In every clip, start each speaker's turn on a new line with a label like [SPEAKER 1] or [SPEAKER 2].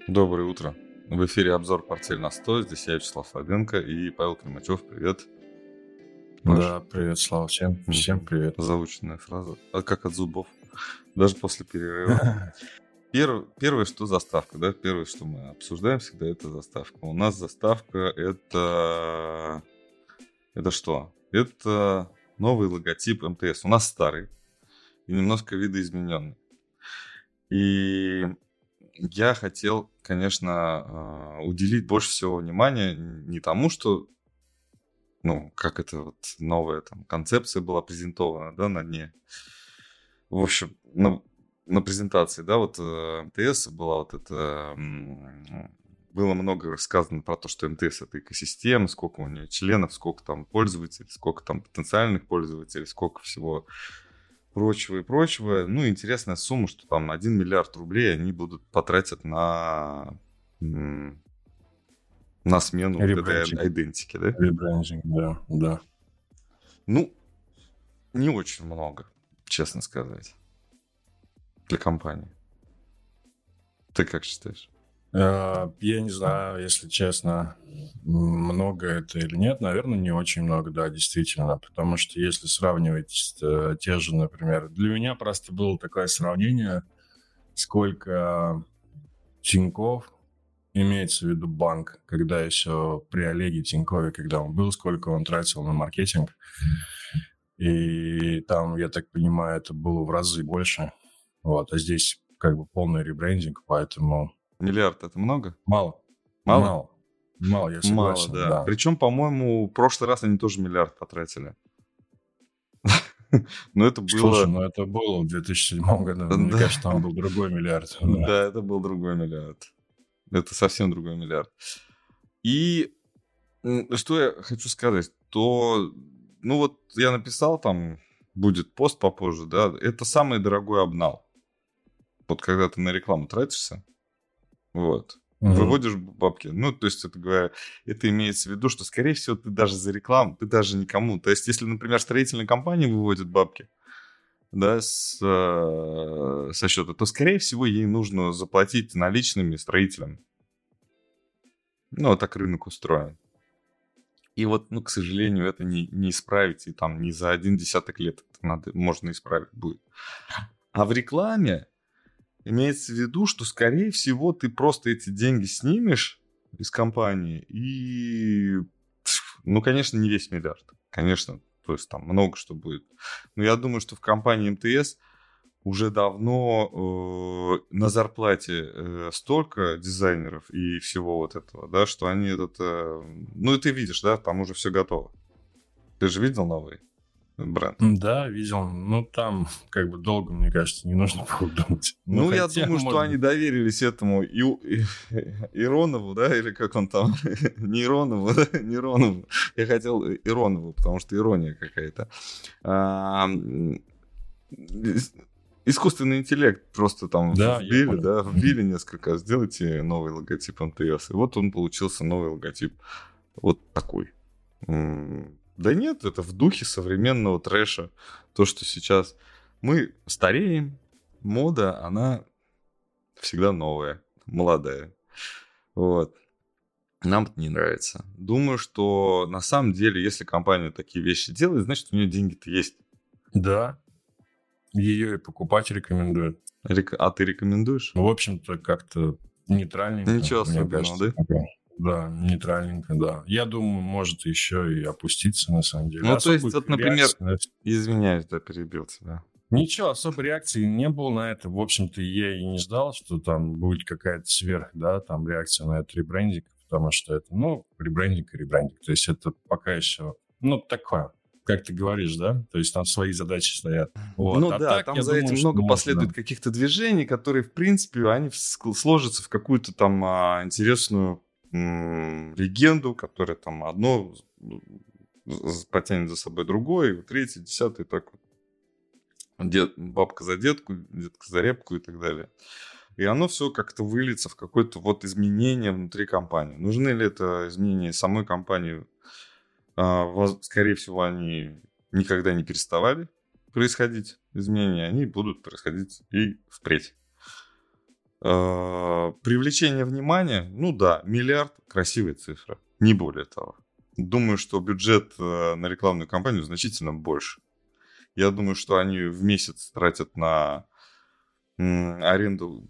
[SPEAKER 1] Доброе утро. В эфире обзор «Портфель на 100». Здесь я, Вячеслав Славенко и Павел Климачев. Привет. Паш.
[SPEAKER 2] Да, привет, Слава, всем привет.
[SPEAKER 1] Заученная фраза. Как от зубов. Даже после перерыва. Первое, что заставка, да? Первое, что мы обсуждаем всегда, это заставка. У нас заставка это... Это что? Это новый логотип МТС. У нас старый и немножко видоизмененный. И я хотел, конечно, уделить больше всего внимания не тому, что, как это вот новая там концепция была презентована, да, на дне. В общем, на презентации, да, вот МТС была вот это... Было много рассказано про то, что МТС — это экосистема, сколько у нее членов, сколько там пользователей, сколько там потенциальных пользователей, сколько всего прочего и прочего. Ну, интересная сумма, что там 1 миллиард рублей они будут потратить на смену вот этой идентики, да?
[SPEAKER 2] Ребрендинг, да.
[SPEAKER 1] Ну, не очень много, честно сказать, для компании. Ты как считаешь?
[SPEAKER 2] Я не знаю, если честно, много это или нет. Наверное, не очень много, да, действительно. Потому что если сравнивать те же, например... Для меня просто было такое сравнение, сколько Тинькофф, имеется в виду банк, когда еще при Олеге Тинькове, когда он был, сколько он тратил на маркетинг. И там, я так понимаю, это было в разы больше. Вот, а здесь как бы полный ребрендинг, поэтому...
[SPEAKER 1] Миллиард — это много?
[SPEAKER 2] Мало, я согласен,
[SPEAKER 1] Мало, да.
[SPEAKER 2] да.
[SPEAKER 1] Причем, по-моему, в прошлый раз они тоже миллиард потратили. Но это было...
[SPEAKER 2] Слушай, это было в 2007 году. Мне кажется, там был другой миллиард.
[SPEAKER 1] Да, это был другой миллиард. Это совсем другой миллиард. И что я хочу сказать, то... Ну вот я написал, там будет пост попозже, да, это самый дорогой обнал. Вот когда ты на рекламу тратишься, вот, выводишь бабки. Ну, то есть, это имеется в виду, что, скорее всего, ты даже за рекламу, ты даже никому. То есть, если, например, строительная компания выводит бабки, да, со счета, то, скорее всего, ей нужно заплатить наличными строителям. Ну, вот так рынок устроен. И вот, к сожалению, это не исправить, и там не за 1 десяток лет это можно исправить будет. А в рекламе имеется в виду, что, скорее всего, ты просто эти деньги снимешь из компании и, конечно, не весь миллиард. Конечно, то есть там много что будет. Но я думаю, что в компании МТС уже давно на зарплате столько дизайнеров и всего вот этого, да, что они и ты видишь, да, там уже все готово. Ты же видел новый бренд?
[SPEAKER 2] Да, видел. Ну, там как бы долго, мне кажется, не нужно было думать.
[SPEAKER 1] Я думаю, что они доверились этому Иронову, да, или как он там, не Иронову, да, не Иронову. Я хотел Иронову, потому что ирония какая-то. Искусственный интеллект просто там вбили несколько, сделайте новый логотип МТС. И вот он получился новый логотип. Вот такой. Да нет, это в духе современного трэша. То, что сейчас мы стареем, мода, она всегда новая, молодая. Вот. Нам это не нравится. Думаю, что на самом деле, если компания такие вещи делает, значит, у нее деньги-то есть.
[SPEAKER 2] Да. Ее и покупать рекомендуют.
[SPEAKER 1] А ты рекомендуешь?
[SPEAKER 2] В общем-то, как-то нейтральненько.
[SPEAKER 1] Ничего особенного, да?
[SPEAKER 2] Да, нейтральненько, да. Я думаю, может еще и опуститься, на самом деле.
[SPEAKER 1] Ну, то есть, вот, например... Извиняюсь, да, перебил тебя.
[SPEAKER 2] Ничего, особой реакции не было на это. В общем-то, я и не ждал, что там будет какая-то там реакция на этот ребрендинг, потому что это, ребрендинг и ребрендинг. То есть это пока еще, такое, как ты говоришь, да? То есть там свои задачи стоят. Вот.
[SPEAKER 1] Там за этим много последует каких-то движений, которые, в принципе, они сложатся в какую-то там интересную легенду, которая там одно потянет за собой другое, третье, десятое, так вот. Бабка за детку, детка за репку и так далее. И оно все как-то выльется в какое-то вот изменение внутри компании. Нужны ли это изменения самой компании? Скорее всего, они никогда не переставали происходить изменения, они будут происходить и впредь. Привлечение внимания, ну да, миллиард, красивая цифра, не более того. Думаю, что бюджет на рекламную кампанию значительно больше. Я думаю, что они в месяц тратят на аренду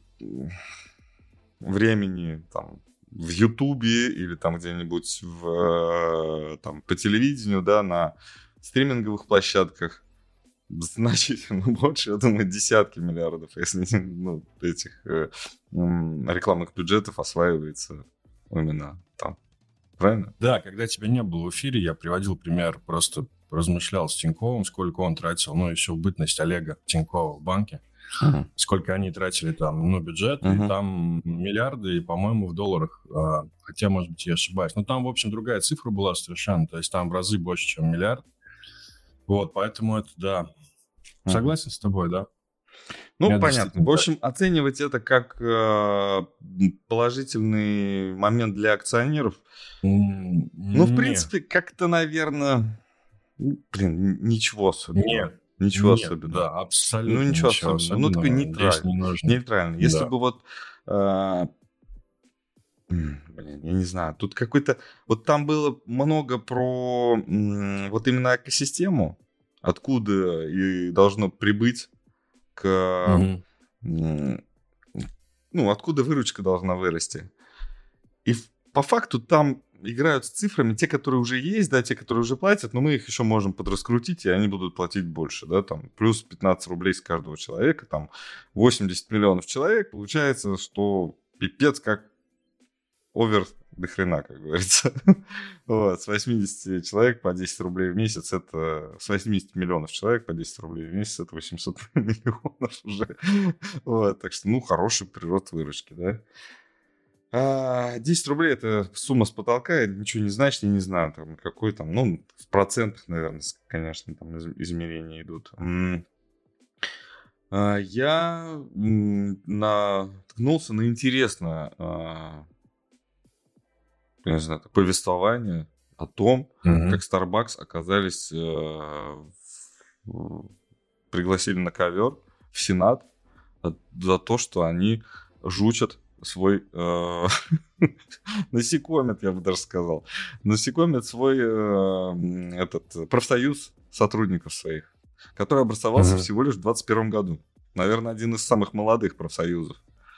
[SPEAKER 1] времени там, в Ютубе или там где-нибудь там, по телевидению, да, на стриминговых площадках. Значительно больше, я думаю, десятки миллиардов, если этих рекламных бюджетов осваивается именно там. Правильно?
[SPEAKER 2] Да, когда тебя не было в эфире, я приводил пример, просто размышлял с Тиньковым, сколько он тратил, еще в бытность Олега Тинькова в банке, сколько они тратили там, бюджет, и там миллиарды, и, по-моему, в долларах, хотя, может быть, я ошибаюсь. Но там, в общем, другая цифра была совершенно, то есть там в разы больше, чем миллиард. Вот, поэтому это, да. Согласен с тобой, да?
[SPEAKER 1] Понятно. В общем, оценивать это как положительный момент для акционеров, в принципе, как-то, наверное, ничего особенного. Ничего особенного.
[SPEAKER 2] Да, абсолютно
[SPEAKER 1] ничего особенного. Такой нейтральный. Если бы я не знаю, тут какой-то... Вот там было много про вот именно экосистему, откуда и должно прибыть откуда выручка должна вырасти. И по факту там играют с цифрами те, которые уже есть, да, те, которые уже платят, но мы их еще можем подраскрутить, и они будут платить больше, да, там, плюс 15 рублей с каждого человека, там, 80 миллионов человек, получается, что пипец как овер до хрена, как говорится. Вот, с 80 человек по 10 рублей в месяц, это... С 80 миллионов человек по 10 рублей в месяц, это 800 миллионов уже. Вот, так что, хороший прирост выручки, да. 10 рублей – это сумма с потолка, это ничего не значит, я не знаю, там, какой там, в процентах, наверное, конечно, там измерения идут. Я наткнулся на интересное я не знаю, повествование о том, как Starbucks оказались, пригласили на ковер в Сенат за то, что они жучат свой, насекомят, я бы даже сказал, насекомят свой профсоюз сотрудников своих, который образовался всего лишь в 2021 году. Наверное, один из самых молодых профсоюзов.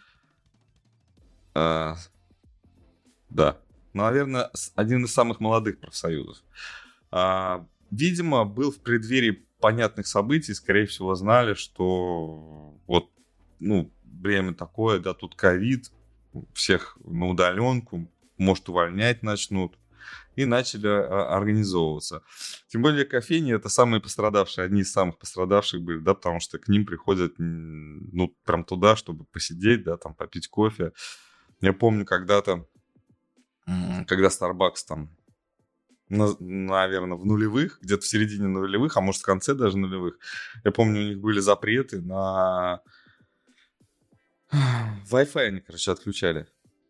[SPEAKER 1] Да. Наверное, один из самых молодых профсоюзов. Видимо, был в преддверии понятных событий, скорее всего, знали, что время такое, да, тут ковид, всех на удаленку, может, увольнять начнут, и начали организовываться. Тем более кофейни — это самые пострадавшие, одни из самых пострадавших были, да, потому что к ним приходят, прям туда, чтобы посидеть, да, там, попить кофе. Я помню когда-то, когда Starbucks там, наверное, в нулевых, где-то в середине нулевых, а может, в конце даже нулевых, я помню, у них были запреты на... Wi-Fi они, отключали.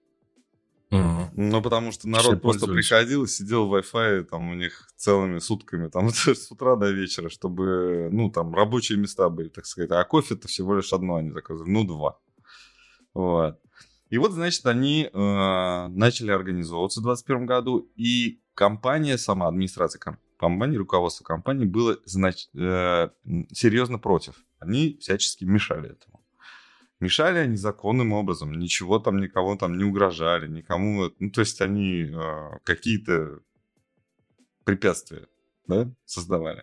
[SPEAKER 1] Потому что народ просто приходил и сидел в Wi-Fi там у них целыми сутками, там с утра до вечера, чтобы, там рабочие места были, так сказать. А кофе-то всего лишь одно они заказывали, 2. Вот. И вот, значит, они начали организовываться в 2021 году, и компания, сама администрация компании, руководство компании было серьезно против. Они всячески мешали этому. Мешали они законным образом, ничего там, никого там не угрожали, никому... то есть они какие-то препятствия, да, создавали.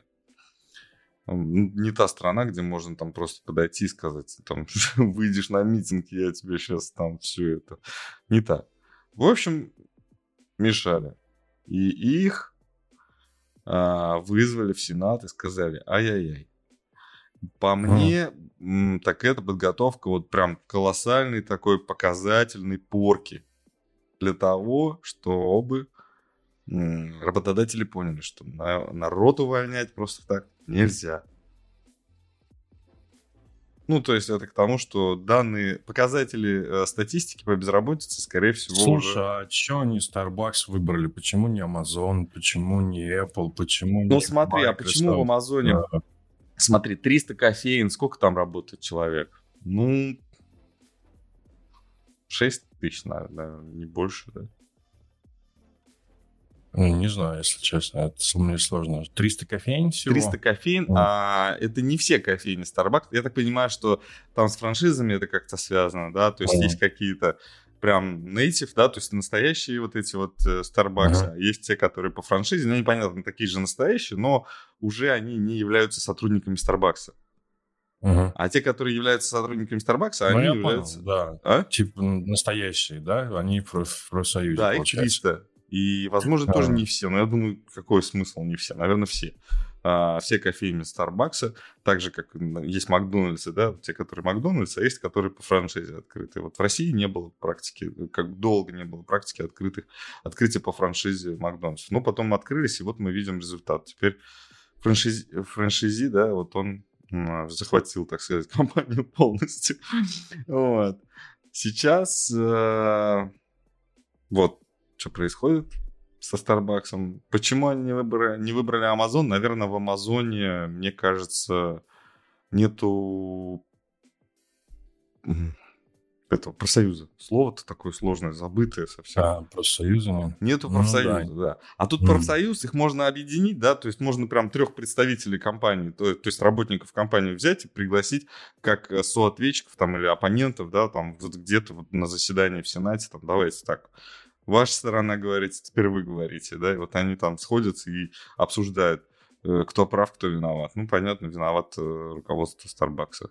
[SPEAKER 1] Не та страна, где можно там просто подойти и сказать, там, выйдешь на митинг, я тебе сейчас там все это. Не так. В общем, мешали. И их вызвали в Сенат и сказали, ай-яй-яй. По мне, так это подготовка вот прям колоссальной такой показательной порки для того, чтобы работодатели поняли, что народ увольнять просто так нельзя. То есть это к тому, что данные показатели статистики по безработице, скорее всего,
[SPEAKER 2] Слушай, а что они Starbucks выбрали? Почему не Amazon? Почему не Apple? Почему не
[SPEAKER 1] смотри, а почему в Амазоне... Смотри, 300 кофеин, сколько там работает человек? 6 тысяч, наверное, не больше, да?
[SPEAKER 2] Не знаю, если честно, это мне сложно. 300 кофеин всего?
[SPEAKER 1] 300 кофеин, а это не все кофейни Starbucks. Я так понимаю, что там с франшизами это как-то связано, да, то есть есть какие-то прям native, да, то есть настоящие вот эти вот Starbucks, а есть те, которые по франшизе, ну, непонятно, такие же настоящие, но уже они не являются сотрудниками Starbucks. А те, которые являются сотрудниками Starbucks, они являются...
[SPEAKER 2] Понял, да. Типа настоящие, да? Они в профсоюзе,
[SPEAKER 1] да,
[SPEAKER 2] получается.
[SPEAKER 1] их 300. И, возможно, тоже не все. Но я думаю, какой смысл не все? Наверное, все. Все кофейни Starbucks, так же, как есть Макдональдсы, да, те, которые Макдональдс, а есть, которые по франшизе открыты. Вот в России не было практики, как долго не было практики открытия по франшизе Макдональдс. Но потом открылись, и вот мы видим результат. Теперь франшизи, да, вот он захватил, так сказать, компанию полностью. Вот. Сейчас вот что происходит со Starbucks. Почему они не выбрали Amazon? Наверное, в Амазоне, мне кажется, нету этого профсоюза. Слово-то такое сложное, забытое совсем.
[SPEAKER 2] Профсоюза.
[SPEAKER 1] Нету профсоюза, да. А тут профсоюз, их можно объединить, да, то есть можно прям 3 представителей компании, то есть работников компании взять и пригласить как соответчиков там или оппонентов, да, там вот где-то вот на заседании в Сенате, там, давайте так, ваша сторона говорит, теперь вы говорите, да, и вот они там сходятся и обсуждают, кто прав, кто виноват. Ну, понятно, виноват руководство Starbucks.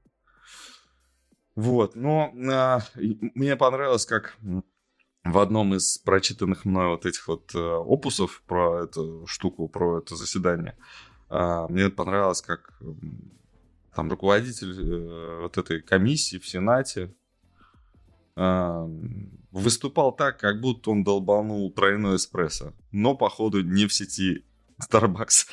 [SPEAKER 1] Вот, но мне понравилось, как в одном из прочитанных мной вот этих вот опусов про эту штуку, про это заседание, мне понравилось, как там руководитель вот этой комиссии в Сенате выступал так, как будто он долбанул тройной эспрессо, но, походу, не в сети Starbucks.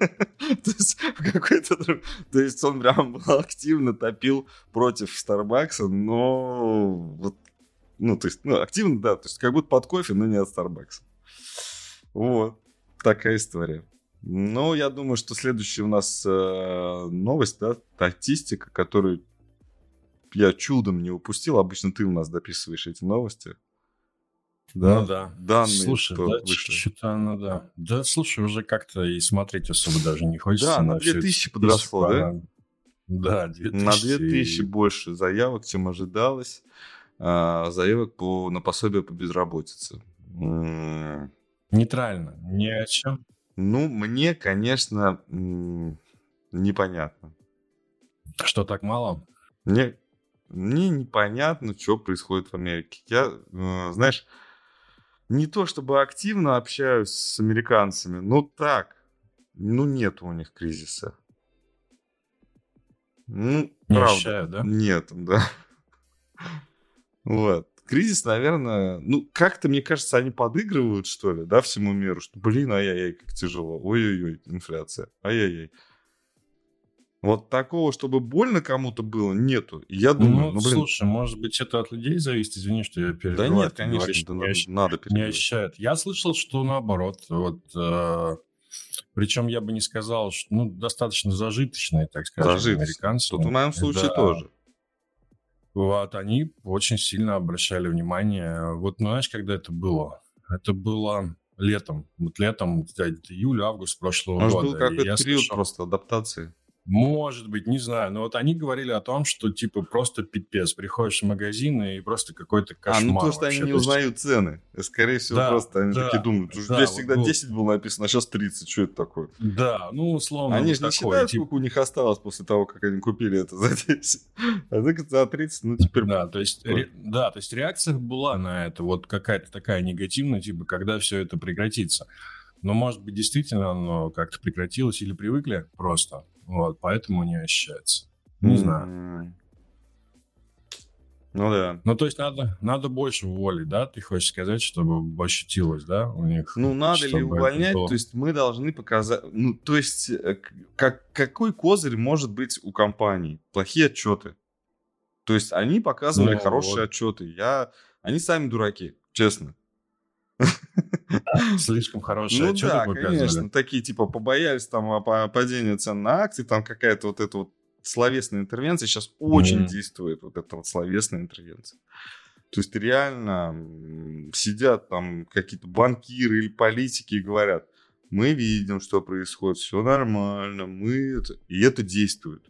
[SPEAKER 1] То есть он прям активно топил против Starbucks, но вот, ну, то есть, активно, да, то есть как будто под кофе, но не от Starbucks. Вот, такая история. Ну, я думаю, что следующая у нас новость, да, статистика, которую я чудом не упустил. Обычно ты у нас дописываешь эти новости.
[SPEAKER 2] Да? Ну да.
[SPEAKER 1] Данные,
[SPEAKER 2] слушай,
[SPEAKER 1] что
[SPEAKER 2] да,
[SPEAKER 1] вышли.
[SPEAKER 2] Что-то оно, да. Да, слушай, уже как-то и смотреть особо даже не хочется.
[SPEAKER 1] Да, на 2000 подросло, да?
[SPEAKER 2] Да, 2000.
[SPEAKER 1] На 2000 больше заявок, чем ожидалось. Заявок на пособие по безработице.
[SPEAKER 2] Нейтрально, ни о чем.
[SPEAKER 1] Ну, мне, конечно, непонятно.
[SPEAKER 2] Что, так мало?
[SPEAKER 1] Мне непонятно, что происходит в Америке. Я, знаешь, не то чтобы активно общаюсь с американцами, но так, нет у них кризиса.
[SPEAKER 2] Не
[SPEAKER 1] правда.
[SPEAKER 2] ощущаю, да?
[SPEAKER 1] Нет, да. Вот. Кризис, наверное, как-то, мне кажется, они подыгрывают, что ли, да, всему миру, что, ай-яй-яй, как тяжело, ой-ой-ой, инфляция, ай-яй-яй. Вот такого, чтобы больно кому-то было, нету. И я думаю,
[SPEAKER 2] слушай, может быть, это от людей зависит, извини, что я перебиваю.
[SPEAKER 1] Да нет, конечно, надо перебивать.
[SPEAKER 2] Не ощущают. Я слышал, что наоборот, вот, причем я бы не сказал, что, достаточно зажиточные, так скажем, американцы.
[SPEAKER 1] Тут в моем случае тоже.
[SPEAKER 2] Вот, они очень сильно обращали внимание. Вот, знаешь, когда это было? Это было летом. Вот летом, июль, август прошлого года.
[SPEAKER 1] Может, был какой-то период просто адаптации?
[SPEAKER 2] Может быть, не знаю. Но вот они говорили о том, что, типа, просто пипец. Приходишь в магазин и просто какой-то кошмар.
[SPEAKER 1] Просто они не узнают цены. Скорее всего, просто они такие думают. Здесь всегда 10 было написано, а сейчас 30. Что это такое?
[SPEAKER 2] Да, условно.
[SPEAKER 1] Они же не считают, сколько у них осталось после того, как они купили это за 10. А так за 30, теперь...
[SPEAKER 2] Да, то есть реакция была на это. Вот какая-то такая негативная, типа, когда все это прекратится. Но, может быть, действительно оно как-то прекратилось или привыкли просто. Вот, поэтому не ощущается. Не знаю.
[SPEAKER 1] Ну да.
[SPEAKER 2] То есть надо больше воли, да? Ты хочешь сказать, чтобы ощутилось, да, у них?
[SPEAKER 1] Надо ли увольнять? То есть мы должны показать... то есть какой козырь может быть у компаний? Плохие отчеты. То есть они показывали хорошие отчеты. Они сами дураки, честно.
[SPEAKER 2] Слишком хорошие отчеты показывали.
[SPEAKER 1] Конечно. Такие, типа, побоялись там падения цен на акции, там какая-то вот эта вот словесная интервенция. Сейчас очень действует вот эта вот словесная интервенция. То есть реально сидят там какие-то банкиры или политики и говорят, мы видим, что происходит, все нормально, и это действует.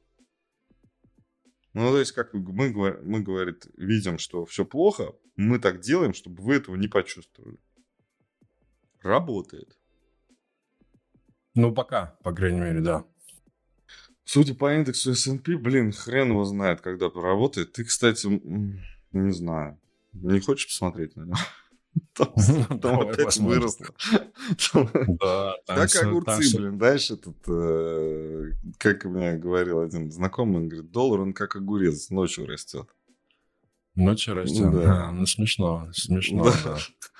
[SPEAKER 1] Ну, то есть, как мы, говорит, видим, что все плохо, мы так делаем, чтобы вы этого не почувствовали. Работает.
[SPEAKER 2] Ну, пока, по крайней мере, да.
[SPEAKER 1] Судя по индексу S&P, хрен его знает, когда поработает. Ты, кстати, не знаю, не хочешь посмотреть на него? Там опять выросло.
[SPEAKER 2] Да,
[SPEAKER 1] как огурцы, знаешь, как мне говорил один знакомый, он говорит, доллар, он как огурец, ночью растет.
[SPEAKER 2] Ночью растет? Да. Ну, смешно, да.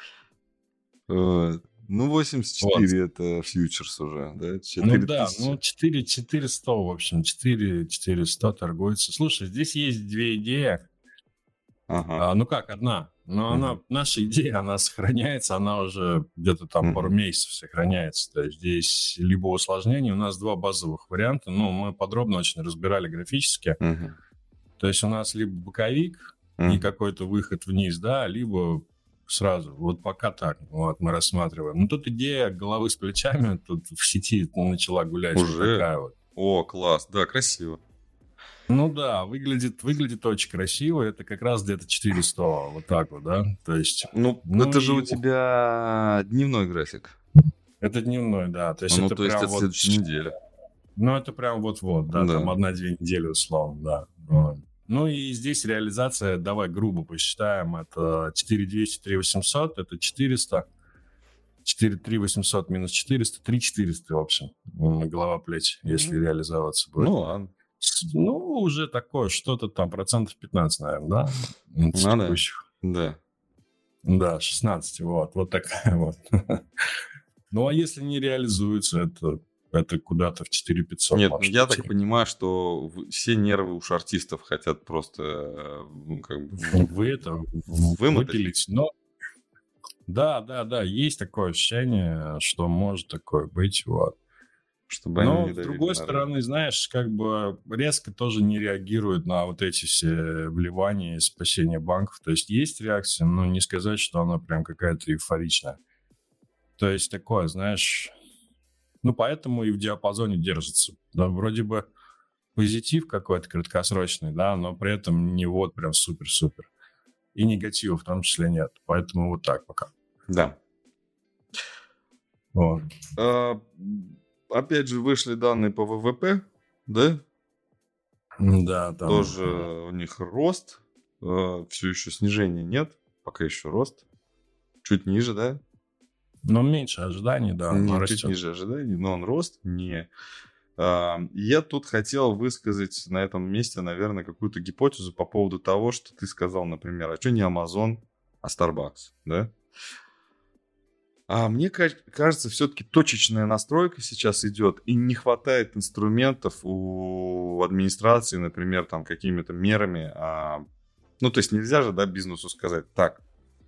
[SPEAKER 1] Ну, 84 это фьючерс уже, да?
[SPEAKER 2] 4 ну да, 400, в общем, 400 торгуется. Слушай, здесь есть две идеи.
[SPEAKER 1] Ага.
[SPEAKER 2] Ну как, одна. Но наша идея, она сохраняется, она уже где-то там пару месяцев сохраняется. То есть здесь либо усложнение, у нас два базовых варианта. Мы подробно очень разбирали графически. То есть у нас либо боковик и какой-то выход вниз, да, либо сразу. Вот пока так. Вот мы рассматриваем. Но тут идея головы с плечами тут в сети начала гулять.
[SPEAKER 1] Уже?
[SPEAKER 2] Вот такая вот.
[SPEAKER 1] О, класс. Да, красиво.
[SPEAKER 2] Ну да, выглядит очень красиво. Это как раз где-то 400. Вот так вот, да? То есть...
[SPEAKER 1] это же у тебя дневной график.
[SPEAKER 2] Это дневной, да. То есть это
[SPEAKER 1] прям
[SPEAKER 2] это
[SPEAKER 1] следующая неделя.
[SPEAKER 2] Это прям вот-вот, да. Там 1-2 недели, условно, да. Ну и здесь реализация, давай грубо посчитаем, это 4200, 3800, это 400, 3800 минус 400, 3400, в общем, голова плеч, если реализоваться будет.
[SPEAKER 1] Ну ладно.
[SPEAKER 2] Уже такое, что-то там, 15%, наверное, да?
[SPEAKER 1] Да.
[SPEAKER 2] Да, 16, вот такая вот. Ну а если не реализуется, это куда-то в 4500.
[SPEAKER 1] Нет, я так понимаю, что все нервы у шортистов хотят просто
[SPEAKER 2] выпилить. Но да, есть такое ощущение, что может такое быть, вот.
[SPEAKER 1] Чтобы
[SPEAKER 2] но, с другой стороны, знаешь, как бы резко тоже не реагируют на вот эти все вливания и спасения банков. То есть реакция, но не сказать, что она прям какая-то эйфоричная. То есть такое, знаешь... поэтому и в диапазоне держится. Да, вроде бы позитив какой-то краткосрочный, да, но при этом не вот прям супер-супер. И негатива в том числе нет. Поэтому вот так пока.
[SPEAKER 1] Да.
[SPEAKER 2] Вот.
[SPEAKER 1] Опять же, вышли данные по ВВП, да?
[SPEAKER 2] Да, там...
[SPEAKER 1] Тоже у них рост. Все еще снижения нет. Пока еще рост. Чуть ниже, да?
[SPEAKER 2] Но меньше ожиданий, да.
[SPEAKER 1] Нет, чуть ниже ожиданий, но он рост не. Я тут хотел высказать на этом месте, наверное, какую-то гипотезу по поводу того, что ты сказал, например, а что не Amazon, а Starbucks, да? А мне кажется, все-таки точечная настройка сейчас идет, и не хватает инструментов у администрации, например, там какими-то мерами. То есть нельзя же, да, бизнесу сказать, так,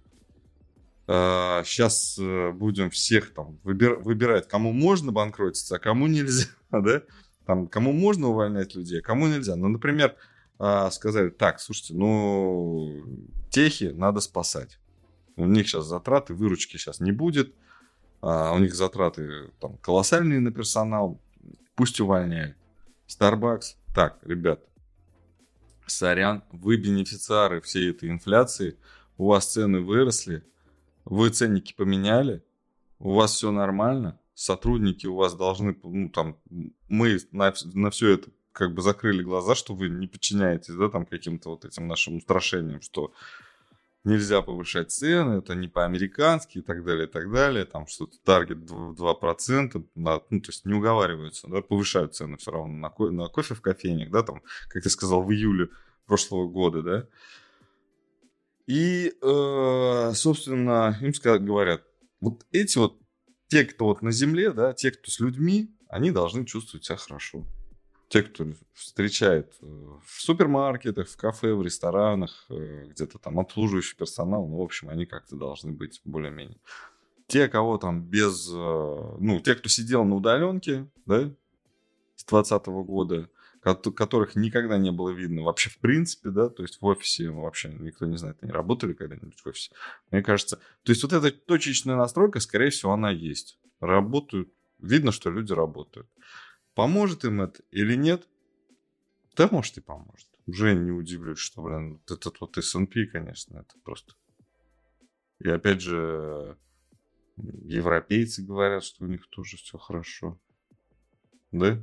[SPEAKER 1] сейчас будем всех там выбирать, кому можно банкротиться, а кому нельзя, да? Там, кому можно увольнять людей, а кому нельзя. Например, сказали, так, слушайте, техи надо спасать. У них сейчас затраты, выручки сейчас не будет. У них затраты там колоссальные на персонал. Пусть увольняют. Starbucks. Так, ребят, сорян, вы бенефициары всей этой инфляции. У вас цены выросли. Вы ценники поменяли. У вас все нормально. Сотрудники у вас должны... мы на все это как бы закрыли глаза, что вы не подчиняетесь, да, там каким-то вот этим нашим устрашениям, что... Нельзя повышать цены, это не по-американски и так далее. Там что-то таргет 2%, то есть не уговариваются, да, повышают цены все равно на кофе в кофейнях, да, там, как ты сказал, в июле прошлого года, да. И, собственно, им говорят, вот эти вот, те, кто вот на земле, да, те, кто с людьми, они должны чувствовать себя хорошо. Те, кто встречает в супермаркетах, в кафе, в ресторанах, где-то там обслуживающий персонал, в общем, они как-то должны быть более-менее. Те, кого там те, кто сидел на удаленке, да, с 2020 года, которых никогда не было видно вообще в принципе, да, то есть в офисе вообще никто не знает, они работали когда-нибудь в офисе. Мне кажется, то есть вот эта точечная настройка, скорее всего, она есть. Работают, видно, что люди работают. Поможет им это или нет? Да, может, и поможет. Уже не удивлюсь, что, блин, вот этот вот S&P, конечно, это просто... И опять же, европейцы говорят, что у них тоже все хорошо. Да?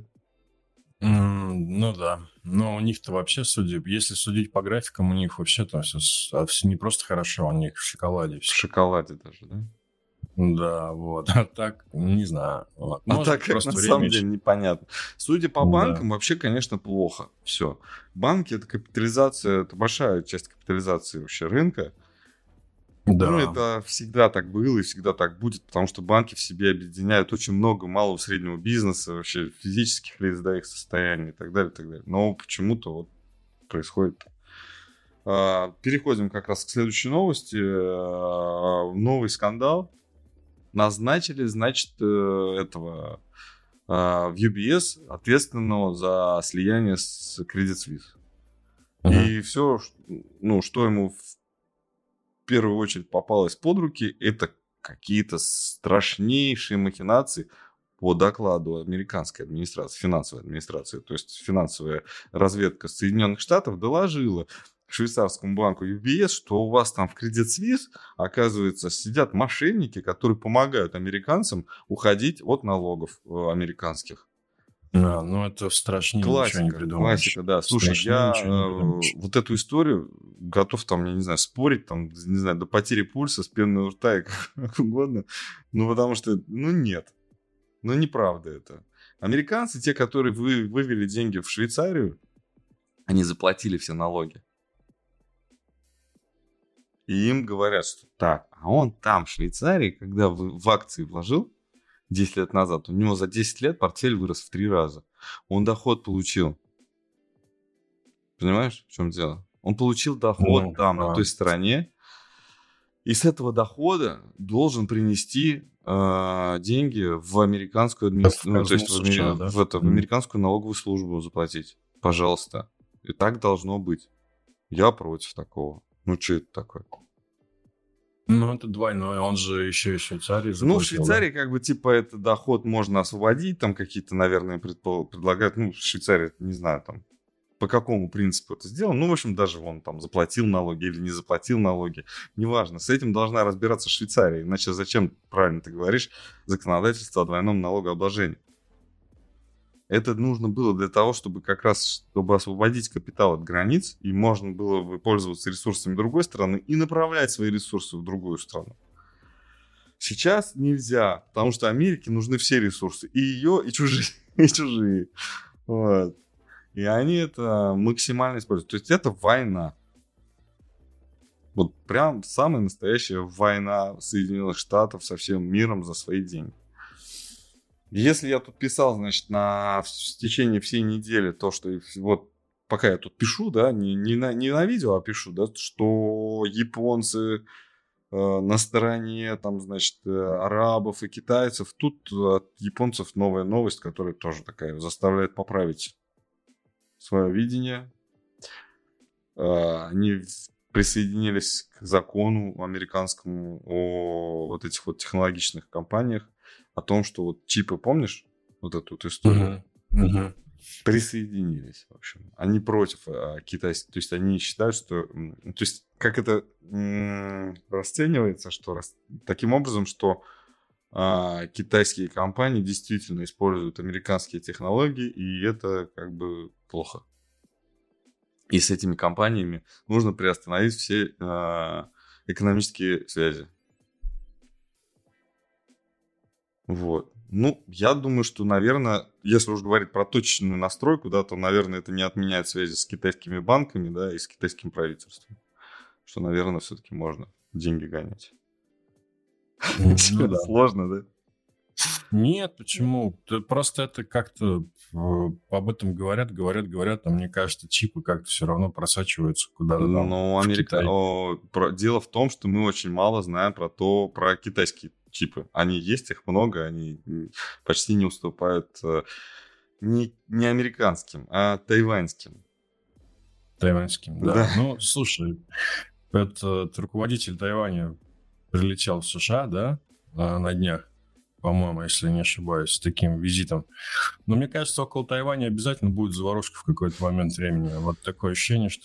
[SPEAKER 2] Ну да. Но у них-то вообще, если судить по графикам, у них вообще там все не просто хорошо, у них в шоколаде
[SPEAKER 1] В
[SPEAKER 2] все.
[SPEAKER 1] шоколаде даже, да?
[SPEAKER 2] Да, вот. А так, не знаю. Вот.
[SPEAKER 1] А
[SPEAKER 2] Может,
[SPEAKER 1] так как
[SPEAKER 2] просто
[SPEAKER 1] на
[SPEAKER 2] время
[SPEAKER 1] самом
[SPEAKER 2] еще.
[SPEAKER 1] деле непонятно. Судя по
[SPEAKER 2] Да.
[SPEAKER 1] банкам, вообще, конечно, плохо. Все. Банки — это капитализация, это большая часть капитализации вообще рынка. Ну,
[SPEAKER 2] Да.
[SPEAKER 1] это всегда так было и всегда так будет, потому что банки в себе объединяют очень много малого и среднего бизнеса, вообще физических лиц, да, их состояния и так далее, и так далее. Но почему-то вот происходит. Переходим как раз к следующей новости. Новый скандал. Назначили, значит, этого в UBS ответственного за слияние с Credit Suisse. И все, ну, что ему в первую очередь попалось под руки, это какие-то страшнейшие махинации по докладу американской администрации, финансовой администрации. То есть финансовая разведка Соединенных Штатов доложила швейцарскому банку UBS, что у вас там в Credit Suisse, оказывается, сидят мошенники, которые помогают американцам уходить от налогов американских.
[SPEAKER 2] Да, ну это страшнее ничего не придумаешь.
[SPEAKER 1] Классика, да. Слушай,
[SPEAKER 2] Страшнее
[SPEAKER 1] я
[SPEAKER 2] ничего не придумаешь.
[SPEAKER 1] вот эту историю готов там, я не знаю, спорить, там, не знаю, до потери пульса, с пеной у рта и как угодно. Ну, потому что, ну, нет. Ну, неправда это. Американцы, те, которые вывели деньги в Швейцарию, они заплатили все налоги. И им говорят, что так, а он там, в Швейцарии, когда в акции вложил 10 лет назад, у него за 10 лет портфель вырос в 3 раза. Он доход получил. Понимаешь, в чем дело? Он получил доход там, на той стороне, и с этого дохода должен принести деньги в американскую администрацию, ну, то есть в американскую налоговую службу заплатить. Пожалуйста. И так должно быть. Я против такого. Ну, что это такое?
[SPEAKER 2] Ну, это двойное. Он же еще и в Швейцарии заплатил.
[SPEAKER 1] Ну, в Швейцарии, как бы, типа, этот доход можно освободить. Там какие-то, наверное, предлагают. Ну, в Швейцарии, не знаю, там, по какому принципу это сделано. Ну, в общем, даже он там заплатил налоги или не заплатил налоги. Неважно. С этим должна разбираться Швейцария. Иначе зачем, правильно ты говоришь, законодательство о двойном налогообложении? Это нужно было для того, чтобы как раз чтобы освободить капитал от границ, и можно было бы пользоваться ресурсами другой страны и направлять свои ресурсы в другую страну. Сейчас нельзя, потому что Америке нужны все ресурсы, и ее, и чужие. И чужие. Вот. И они это максимально используют. То есть это война. Вот прям самая настоящая война Соединенных Штатов со всем миром за свои деньги. Если я тут писал, значит, в течение всей недели то, что вот пока я тут пишу, да, не на видео, а пишу, да, что японцы на стороне, там, значит, арабов и китайцев. Тут от японцев новая новость, которая тоже такая заставляет поправить свое видение. Они присоединились к закону американскому о вот этих вот технологичных компаниях, о том, что вот чипы, помнишь, вот эту вот историю? Присоединились, в общем. Они против китайских, то есть они считают, что... То есть как это расценивается, что таким образом, что китайские компании действительно используют американские технологии, и это как бы плохо. И с этими компаниями нужно приостановить все экономические связи. Вот. Ну, я думаю, что, наверное, если уж говорить про точечную настройку, да, то, наверное, это не отменяет связи с китайскими банками, да, и с китайским правительством. Что, наверное, все-таки можно деньги гонять. Сложно, да?
[SPEAKER 2] Нет, почему? Просто это как-то об этом говорят, а мне кажется, чипы как-то все равно просачиваются куда-то там.
[SPEAKER 1] Ну, дело в том, что мы очень мало знаем про китайские чипы. Они есть, их много, они почти не уступают Не американским, а тайваньским.
[SPEAKER 2] Тайваньским, да.
[SPEAKER 1] Да.
[SPEAKER 2] Ну, слушай, этот руководитель Тайваня прилетел в США, да, на днях, по-моему, если не ошибаюсь, с таким визитом. Но мне кажется, около Тайваня обязательно будет заварушка в какой-то момент времени. Вот такое ощущение, что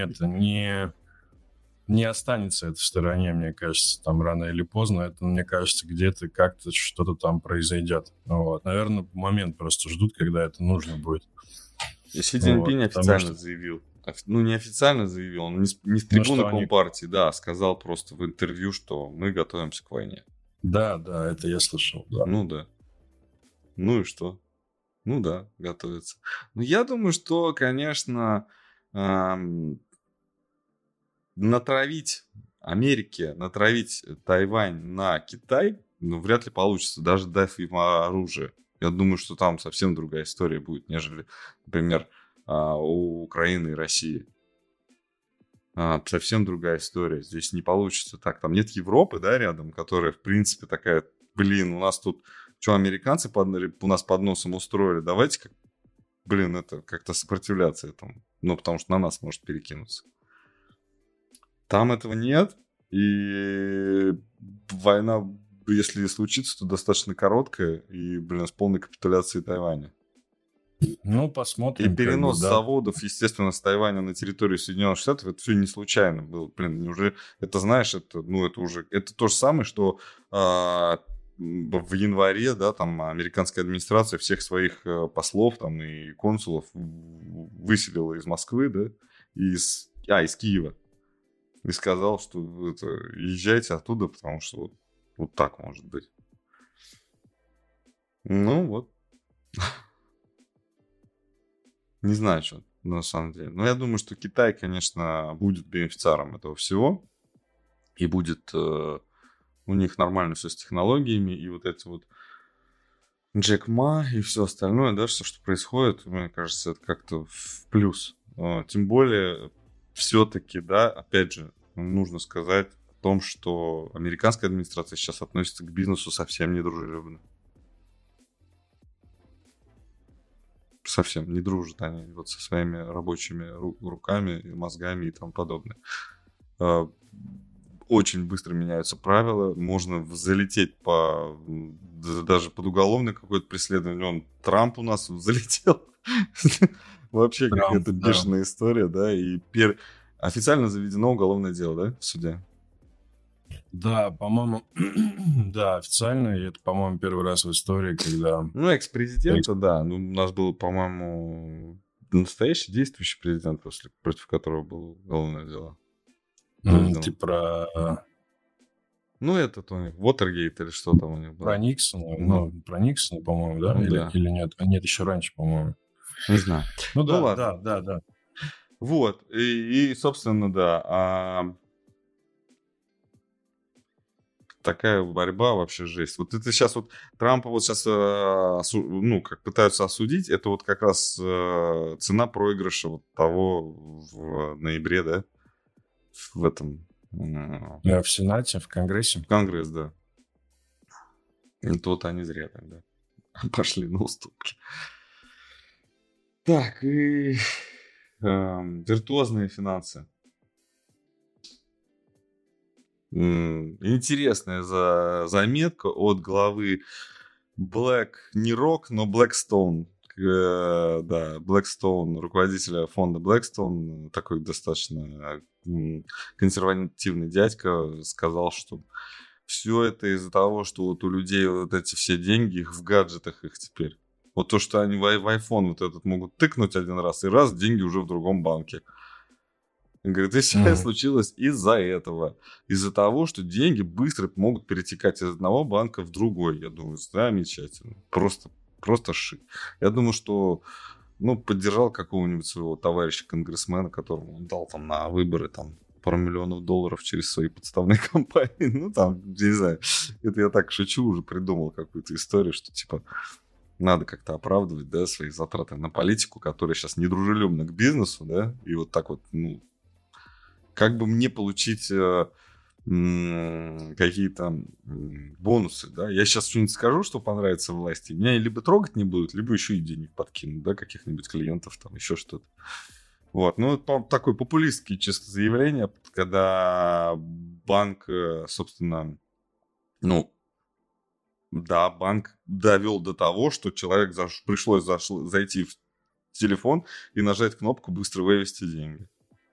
[SPEAKER 2] не останется это в стороне, мне кажется, там рано или поздно. Это, мне кажется, где-то как-то что-то там произойдет. Вот. Наверное, момент просто ждут, когда это нужно будет.
[SPEAKER 1] Си Цзиньпинь
[SPEAKER 2] Вот,
[SPEAKER 1] официально заявил. Ну, не официально заявил, он не с трибуны Компартии, да, сказал просто в интервью, что мы готовимся к войне.
[SPEAKER 2] Да, это я слышал. Да.
[SPEAKER 1] Ну да. Ну и что? Ну да, готовится. Ну, я думаю, что, конечно, натравить Тайвань на Китай, ну, вряд ли получится, даже дав им оружие. Я думаю, что там совсем другая история будет, нежели, например, у Украины и России. Совсем другая история. Здесь не получится так. Там нет Европы, да, рядом, которая, в принципе, такая, блин, у нас тут, что, американцы у нас под носом устроили, давайте, это как-то сопротивляться этому. Ну, потому что на нас может перекинуться. Там этого нет, и война, если случится, то достаточно короткая, и, с полной капитуляцией Тайваня.
[SPEAKER 2] Ну, посмотрим.
[SPEAKER 1] И перенос заводов, естественно, с Тайваня на территорию Соединенных Штатов, это все не случайно было. Неужели, это знаешь, это то же самое, что в январе, да, там американская администрация всех своих послов там и консулов выселила из Москвы, да, из Киева. И сказал, что езжайте оттуда, потому что вот так может быть. Ну вот. Не знаю, что на самом деле. Но я думаю, что Китай, конечно, будет бенефициаром этого всего. И будет у них нормально все с технологиями. И вот эти вот Джек Ма и все остальное, да, все, что происходит, мне кажется, это как-то в плюс. Тем более, все-таки, да, опять же, нужно сказать о том, что американская администрация сейчас относится к бизнесу совсем недружелюбно. Совсем не дружат они вот со своими рабочими руками, мозгами и тому подобное. Очень быстро меняются правила. Можно залететь даже под уголовное какое-то преследование. Трамп у нас залетел. Вообще какая-то бешеная история, да. И официально заведено уголовное дело, да, в суде?
[SPEAKER 2] Да, по-моему, да, официально, и это, по-моему, первый раз в истории, когда...
[SPEAKER 1] Ну, экс-президента, да. Ну, у нас был, по-моему, настоящий действующий президент, против которого было уголовное дело.
[SPEAKER 2] Ты про...
[SPEAKER 1] Ну, это у них Watergate или что там у них было.
[SPEAKER 2] Про Никсона, про Никсона, по-моему, да? Или нет? Нет, еще раньше, по-моему.
[SPEAKER 1] Не знаю.
[SPEAKER 2] Ну да, да.
[SPEAKER 1] Вот, и собственно, да. Такая борьба вообще жесть. Вот это сейчас вот Трампа вот сейчас, как пытаются осудить, это вот как раз цена проигрыша вот того в ноябре, да? В этом...
[SPEAKER 2] В Сенате, в Конгрессе.
[SPEAKER 1] В Конгресс, да. Вот они зря тогда пошли на уступки. Так, и виртуозные финансы. Интересная заметка от главы не Rock, но Blackstone. Да, Blackstone, руководителя фонда Blackstone, такой достаточно консервативный дядька, сказал, что все это из-за того, что вот у людей вот эти все деньги, их в гаджетах их теперь. Вот то, что они в iPhone вот этот могут тыкнуть один раз, и раз деньги уже в другом банке. Он говорит, и все случилось из-за этого. Из-за того, что деньги быстро могут перетекать из одного банка в другой. Я думаю, замечательно. Просто шик. Я думаю, что поддержал какого-нибудь своего товарища-конгрессмена, которому он дал там на выборы там пару миллионов долларов через свои подставные компании. Не знаю. Это я так шучу, уже придумал какую-то историю, что типа надо как-то оправдывать, да, свои затраты на политику, которая сейчас недружелюбна к бизнесу, да, и вот так вот, как бы мне получить какие-то бонусы, да. Я сейчас что-нибудь скажу, что понравится власти, меня либо трогать не будут, либо еще и денег подкинут, да, каких-нибудь клиентов, там, еще что-то. Вот, ну, такое популистские чисто заявления, когда банк, собственно, ну, да, банк довел до того, что человек пришлось зайти в телефон и нажать кнопку «Быстро вывести деньги».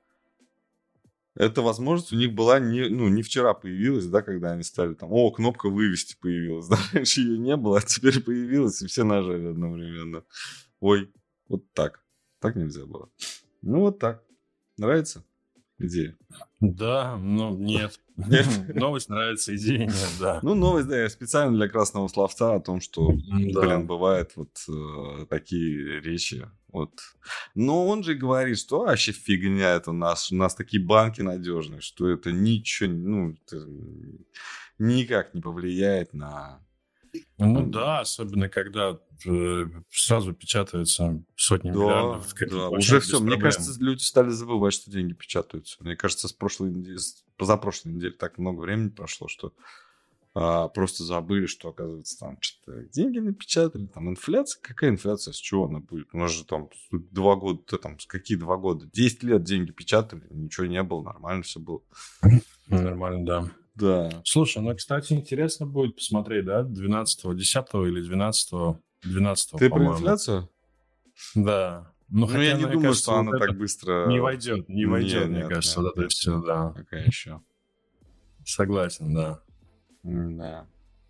[SPEAKER 1] Эта возможность у них была не вчера появилась, да, когда они стали там, кнопка «Вывести» появилась, да, раньше ее не было, а теперь появилась, и все нажали одновременно. Ой, вот так. Так нельзя было. Ну, вот так. Нравится идея?
[SPEAKER 2] Да, нет. Новость нравится, идея нет, да.
[SPEAKER 1] Ну, новость, да, я специально для красного словца о том, что,
[SPEAKER 2] Да.
[SPEAKER 1] бывают вот такие речи. Вот. Но он же говорит, что вообще фигня это у нас такие банки надежные, что это ничего, это никак не повлияет на...
[SPEAKER 2] Ну да, особенно когда сразу печатаются сотни миллиардов.
[SPEAKER 1] Да, уже все. Мне кажется, люди стали забывать, что деньги печатаются. Мне кажется, с позапрошлой недели так много времени прошло, что просто забыли, что, оказывается, там что-то деньги напечатали, там инфляция. Какая инфляция? С чего она будет? У нас же там 2 года, какие 2 года? 10 лет деньги печатали, ничего не было, нормально все было.
[SPEAKER 2] Нормально, да.
[SPEAKER 1] Да.
[SPEAKER 2] Слушай, кстати, интересно будет посмотреть, да, 12-го, 10-го или 12-го,
[SPEAKER 1] Ты
[SPEAKER 2] по-моему.
[SPEAKER 1] про инфляцию?
[SPEAKER 2] Да.
[SPEAKER 1] Хотя, я не думаю, что она так быстро...
[SPEAKER 2] Не войдет, мне кажется, вот это все, да.
[SPEAKER 1] Пока еще.
[SPEAKER 2] Согласен, да.
[SPEAKER 1] Да.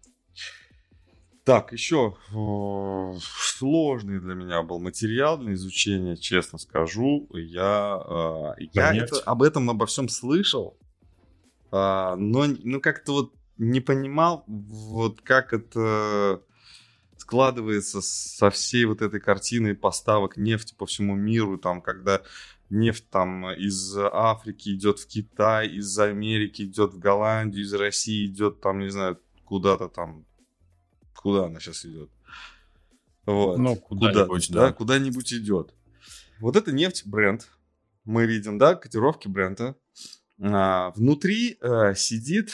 [SPEAKER 1] Так, еще сложный для меня был материал для изучения, честно скажу. Я об этом обо всем слышал, но как-то вот не понимал, вот как это складывается со всей вот этой картиной поставок нефти по всему миру, там, когда нефть там из Африки идет в Китай, из Америки идет в Голландию, из России идет там, не знаю, куда-то там. Куда она сейчас идет? Вот.
[SPEAKER 2] Куда-нибудь, да.
[SPEAKER 1] Куда-нибудь идет. Вот это нефть, бренд. Мы видим, да, котировки бренда. Внутри сидит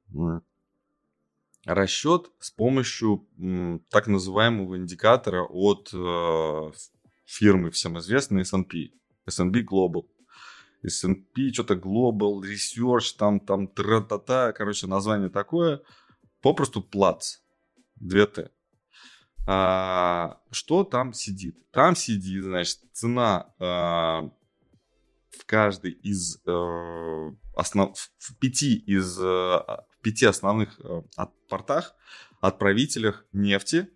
[SPEAKER 1] расчет с помощью так называемого индикатора от фирмы всем известной S&P. S&P Global. S&P что-то Global Research, там тра-та-та, короче, название такое. Попросту Platts. 2Т. Что там сидит? Там сидит, значит, цена в каждой из в 5 основных портах, отправителях нефти,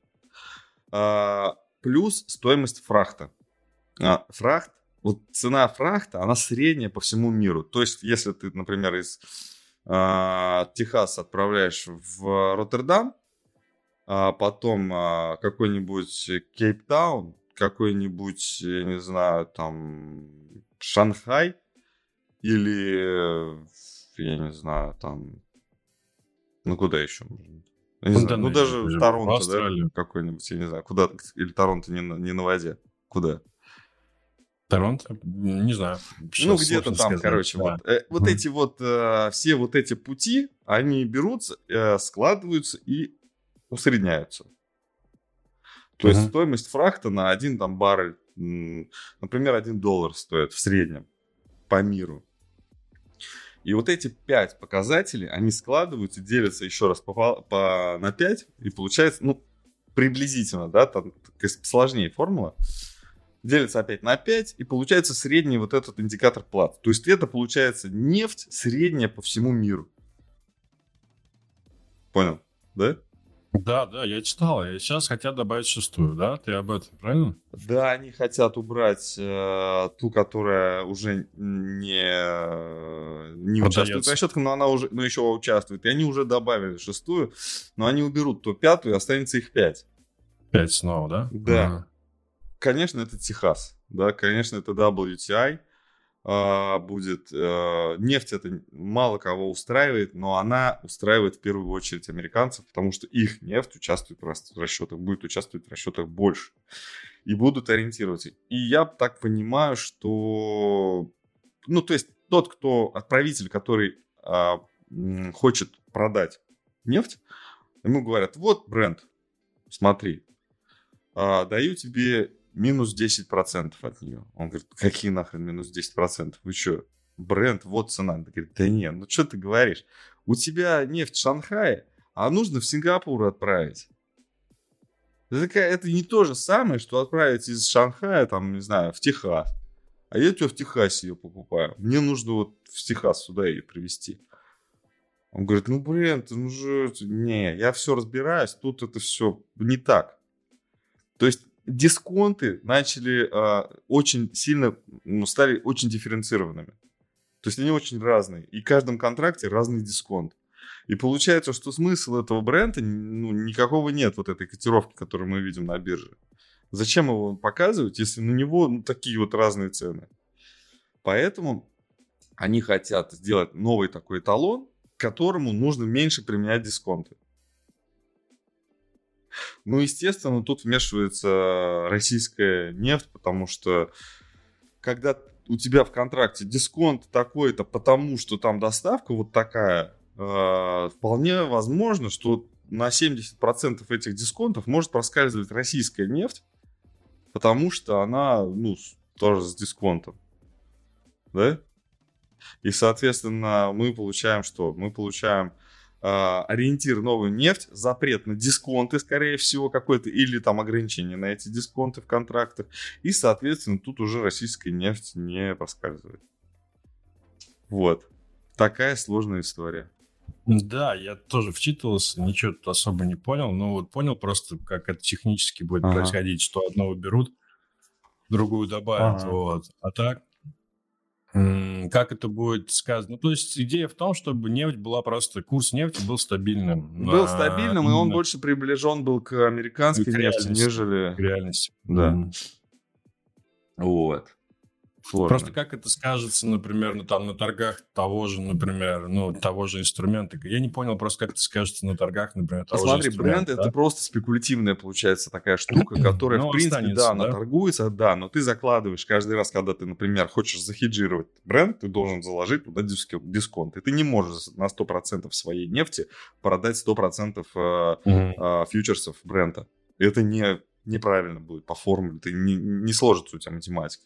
[SPEAKER 1] плюс стоимость фрахта. Фрахт, вот цена фрахта, она средняя по всему миру. То есть, если ты, например, из Техаса отправляешь в Роттердам, потом какой-нибудь Кейптаун, какой-нибудь, я не знаю, там Шанхай или, я не знаю, там, куда еще можно? Я не знаю, даже Торонто, да, какой-нибудь, я не знаю, куда, или Торонто не на воде, куда?
[SPEAKER 2] Торонто? Не знаю.
[SPEAKER 1] Где-то там, сказать. Короче, да. Вот эти вот, все вот эти пути, они берутся, складываются и усредняются. То есть стоимость фрахта на один там баррель, например, $1 стоит в среднем по миру. И вот эти 5 показателей, они складываются, делятся еще раз на 5, и получается, приблизительно, да, там сложнее формула, делится опять на 5, и получается средний вот этот индикатор Platts. То есть это получается нефть средняя по всему миру. Понял, да?
[SPEAKER 2] Да, я читал. И сейчас хотят добавить 6-ю, да? Ты об этом, правильно?
[SPEAKER 1] Да, они хотят убрать ту, которая уже не участвует в расчетах, но она уже, еще участвует. И они уже добавили 6-ю, но они уберут то 5-ю, останется их 5.
[SPEAKER 2] 5 снова, да?
[SPEAKER 1] Да. Конечно, это Техас. Да, конечно, это WTI. Будет. Нефть это мало кого устраивает, но она устраивает в первую очередь американцев, потому что их нефть участвует в расчетах, будет участвовать в расчетах больше. И будут ориентироваться. И я так понимаю, что... то есть тот, кто отправитель, который хочет продать нефть, ему говорят, вот бренд, смотри, даю тебе минус 10% от нее. Он говорит, какие нахрен минус 10%? Вы что, бренд, вот цена. Он говорит, да нет, ну что ты говоришь? У тебя нефть в Шанхае, а нужно в Сингапур отправить. Это не то же самое, что отправить из Шанхая, там, не знаю, в Техас. А я у тебя в Техасе ее покупаю. Мне нужно вот в Техас сюда ее привезти. Он говорит, ну, блин, ну же... Не, я все разбираюсь, тут это все не так. То есть дисконты начали очень сильно, стали очень дифференцированными. То есть они очень разные. И в каждом контракте разный дисконт. И получается, что смысл этого бренда, никакого нет, вот этой котировки, которую мы видим на бирже. Зачем его показывать, если на него такие вот разные цены? Поэтому они хотят сделать новый такой эталон, к которому нужно меньше применять дисконты. Ну, естественно, тут вмешивается российская нефть, потому что когда у тебя в контракте дисконт такой-то, потому что там доставка вот такая, вполне возможно, что на 70% этих дисконтов может проскальзывать российская нефть, потому что она, тоже с дисконтом. Да? И, соответственно, мы получаем что? Мы получаем ориентир новую нефть, запрет на дисконты, скорее всего, какой-то, или там ограничение на эти дисконты в контрактах. И, соответственно, тут уже российская нефть не проскальзывает. Вот. Такая сложная история.
[SPEAKER 2] Да, я тоже вчитывался, ничего тут особо не понял, но вот понял просто, как это технически будет происходить, что одного берут, другую добавят, вот. А так, как это будет сказано? Ну, то есть идея в том, чтобы нефть была просто... Курс нефти был стабильным.
[SPEAKER 1] Был стабильным, и он больше приближен был к американской нефти, нежели...
[SPEAKER 2] К реальности.
[SPEAKER 1] Да. Вот. Сложно.
[SPEAKER 2] Просто как это скажется, например, на торгах того же, например, того же инструмента. Я не понял просто, как это скажется на торгах, например, того же инструмента.
[SPEAKER 1] Смотри, бренд это просто спекулятивная, получается, такая штука, которая, в принципе, она торгуется, но ты закладываешь каждый раз, когда ты, например, хочешь захеджировать бренд, ты должен заложить туда дисконт. И ты не можешь на 100% своей нефти продать 100% фьючерсов бренда. Это неправильно будет по формуле, ты не сложится у тебя математика.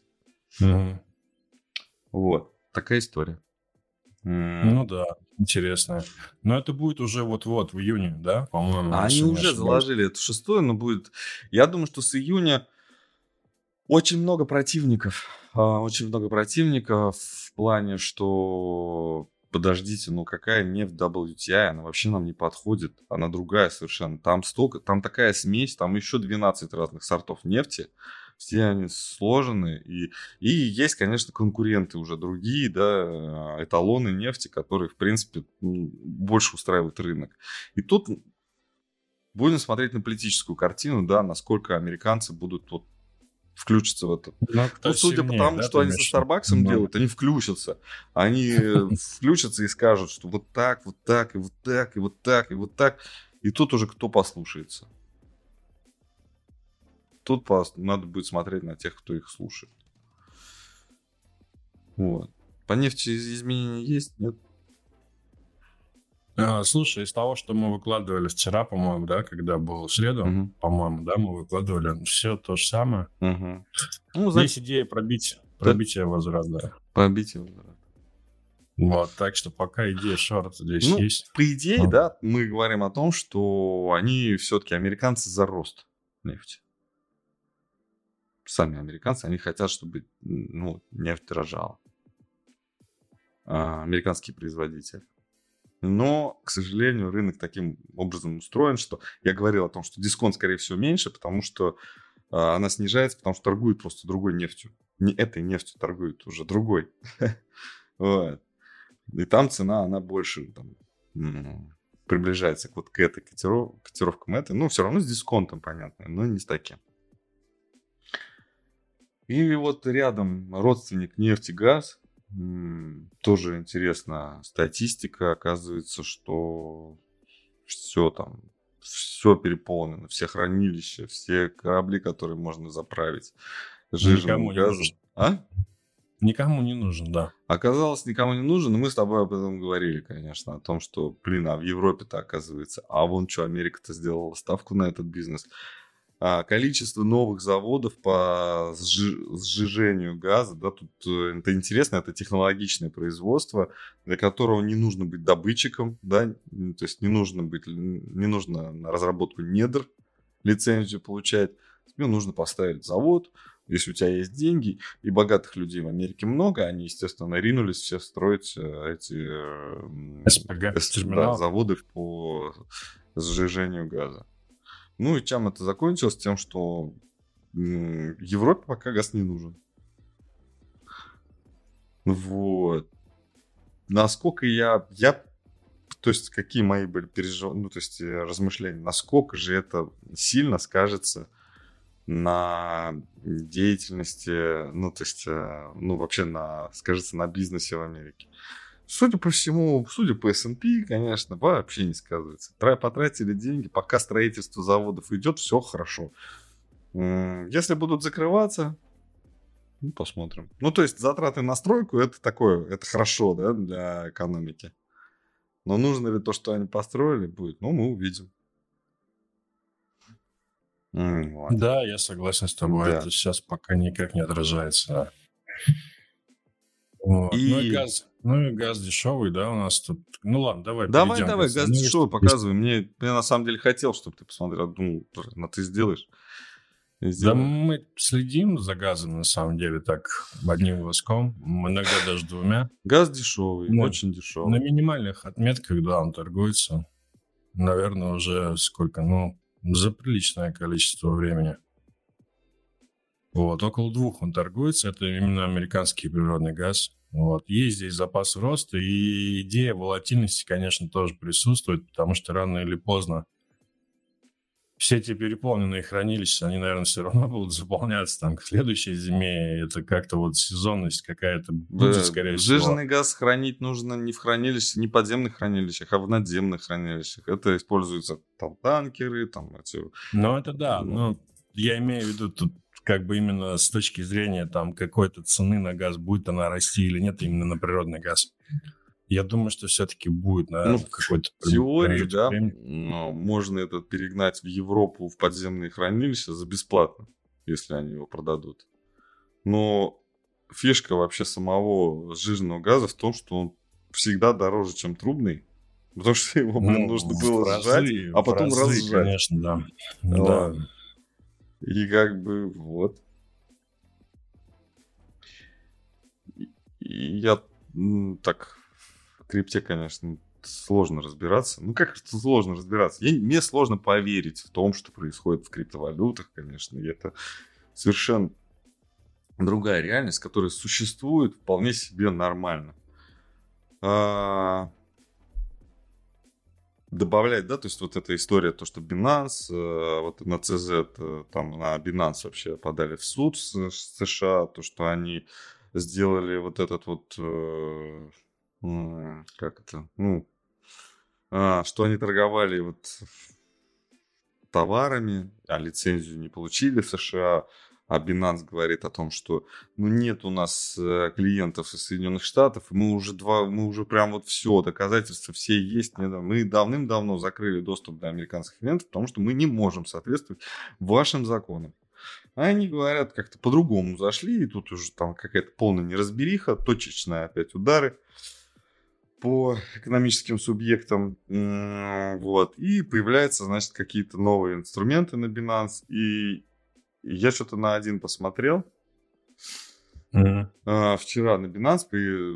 [SPEAKER 1] Вот, такая история.
[SPEAKER 2] Ну да, интересно. Но это будет уже вот-вот в июне, да, по-моему.
[SPEAKER 1] Они уже заложили это 6-е, но будет... Я думаю, что с июня очень много противников. Очень много противников в плане, что... Подождите, какая нефть WTI, она вообще нам не подходит. Она другая совершенно. Там такая смесь, там еще 12 разных сортов нефти. Все они сложены. И есть, конечно, конкуренты уже другие, да, эталоны нефти, которые, в принципе, больше устраивают рынок. И тут будем смотреть на политическую картину, да, насколько американцы будут включатся в это. Судя по тому, что они со Старбаксом делают, они включатся. Они включатся и скажут, что вот так, вот так, и вот так, и вот так, и вот так. И тут уже кто послушается. Тут надо будет смотреть на тех, кто их слушает. Вот. По нефти изменения есть? Нет?
[SPEAKER 2] Слушай, из того, что мы выкладывали вчера, по-моему, да, когда был в среду, по-моему, да, мы выкладывали все то же самое. Здесь идея пробития возврата.
[SPEAKER 1] Пробитие возврата.
[SPEAKER 2] Вот, так что пока идея шорт здесь есть.
[SPEAKER 1] По идее, да, мы говорим о том, что они все-таки американцы за рост нефти. Сами американцы, они хотят, чтобы нефть дорожала. Американские производители. Но, к сожалению, рынок таким образом устроен, что я говорил о том, что дисконт, скорее всего, меньше, потому что она снижается, потому что торгует просто другой нефтью. Не этой нефтью торгует, уже другой. И там цена, она больше приближается к этой котировкам этой. Ну, все равно с дисконтом, понятно, но не с таким. И вот рядом родственник нефть-газ. Тоже интересна статистика. Оказывается, что все переполнено. Все хранилища, все корабли, которые можно заправить жиженным газом.
[SPEAKER 2] Никому не нужен, да.
[SPEAKER 1] Оказалось, никому не нужен, и мы с тобой об этом говорили, конечно, о том, что, а в Европе-то оказывается, а вон что, Америка-то сделала ставку на этот бизнес. Количество новых заводов по сжижению газа, да, тут это интересно, это технологичное производство, для которого не нужно быть добытчиком, да, то есть не нужно на разработку недр лицензию получать, тебе нужно поставить завод. Если у тебя есть деньги, и богатых людей в Америке много, они, естественно, ринулись все строить эти заводы по сжижению газа. Ну и чем это закончилось? Тем, что Европе пока газ не нужен. Вот. Насколько то есть, какие мои были размышления, насколько же это сильно скажется на деятельности, вообще скажется на бизнесе в Америке. Судя по всему, судя по S&P, конечно, вообще не сказывается. Потратили деньги, пока строительство заводов идет, все хорошо. Если будут закрываться, посмотрим. То есть затраты на стройку это хорошо, да, для экономики. Но нужно ли то, что они построили, будет? Мы увидим.
[SPEAKER 2] Вот. Да, я согласен с тобой. Да. Это сейчас пока никак не отражается. Вот. И газ дешевый, да, у нас тут. Ну ладно, давай.
[SPEAKER 1] Давай, газ дешевый показывай. Мне на самом деле хотел, чтобы ты посмотрел. Думал, ты сделаешь.
[SPEAKER 2] Да, мы следим за газом, на самом деле, так, одним глазком, иногда даже двумя.
[SPEAKER 1] Газ дешевый, очень дешевый.
[SPEAKER 2] На минимальных отметках, да, он торгуется. Наверное, уже сколько, за приличное количество времени. Вот, около 2 он торгуется, это именно американский природный газ. Вот, есть здесь запас роста, и идея волатильности, конечно, тоже присутствует, потому что рано или поздно все эти переполненные хранилища, они, наверное, все равно будут заполняться там к следующей зиме. Это как-то сезонность какая-то будет, скорее всего.
[SPEAKER 1] Сжиженный газ хранить нужно не в хранилищах, не подземных хранилищах, а в надземных хранилищах. Это используются там танкеры, там эти...
[SPEAKER 2] Это да, но я имею в виду тут как бы именно с точки зрения там какой-то цены на газ, будет она расти или нет, именно на природный газ. Я думаю, что все-таки будет, наверное, какой-то...
[SPEAKER 1] В теории, да, можно это перегнать в Европу, в подземные хранилища за бесплатно, если они его продадут. Но фишка вообще самого сжиженного газа в том, что он всегда дороже, чем трубный. Потому что его, нужно было сжать, а потом разжать.
[SPEAKER 2] Конечно, да. Да.
[SPEAKER 1] И как бы вот. И я так... В крипте, конечно, сложно разбираться. Как сложно разбираться? Мне сложно поверить в том, что происходит в криптовалютах, конечно. И это совершенно другая реальность, которая существует вполне себе нормально. Добавлять, да, то есть вот эта история, то, что Binance, вот на CZ, там на Binance вообще подали в суд с США, то, что они сделали вот этот вот... как это? Что они торговали товарами, а лицензию не получили в США, а Binance говорит о том, что нет у нас клиентов из Соединенных Штатов, и мы уже прям все, доказательства все есть. Мы давным-давно закрыли доступ до американских клиентов, потому что мы не можем соответствовать вашим законам. А они говорят, как-то по-другому зашли, и тут уже там какая-то полная неразбериха, точечные опять удары по экономическим субъектам, вот, и появляются, значит, какие-то новые инструменты на Binance, и я что-то на один посмотрел. Вчера на Binance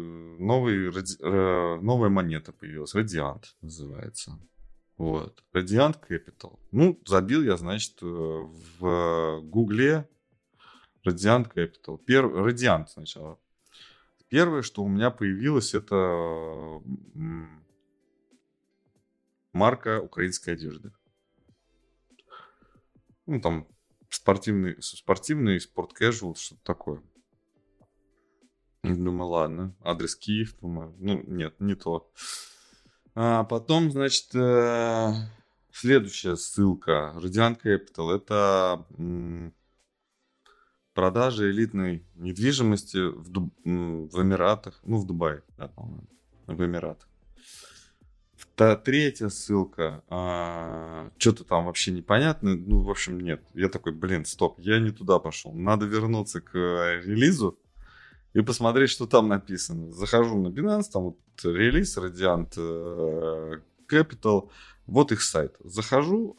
[SPEAKER 1] новая монета появилась, Radiant называется. Вот, Radiant Capital. Забил я, значит, в Гугле Radiant Capital. Radiant сначала. Первое, что у меня появилось, это марка украинской одежды. Там спортивный спорт-кэжуал, что-то такое. Думаю, ладно, адрес Киев, думаю, нет, не то. А потом, значит, следующая ссылка, Radiant Capital, это продажи элитной недвижимости в Эмиратах, в Дубае, да, по-моему, в Эмиратах. Третья ссылка, что-то там вообще непонятно, в общем, нет. Я такой, стоп, я не туда пошел. Надо вернуться к релизу и посмотреть, что там написано. Захожу на Binance, там вот релиз, Radiant Capital, вот их сайт. Захожу,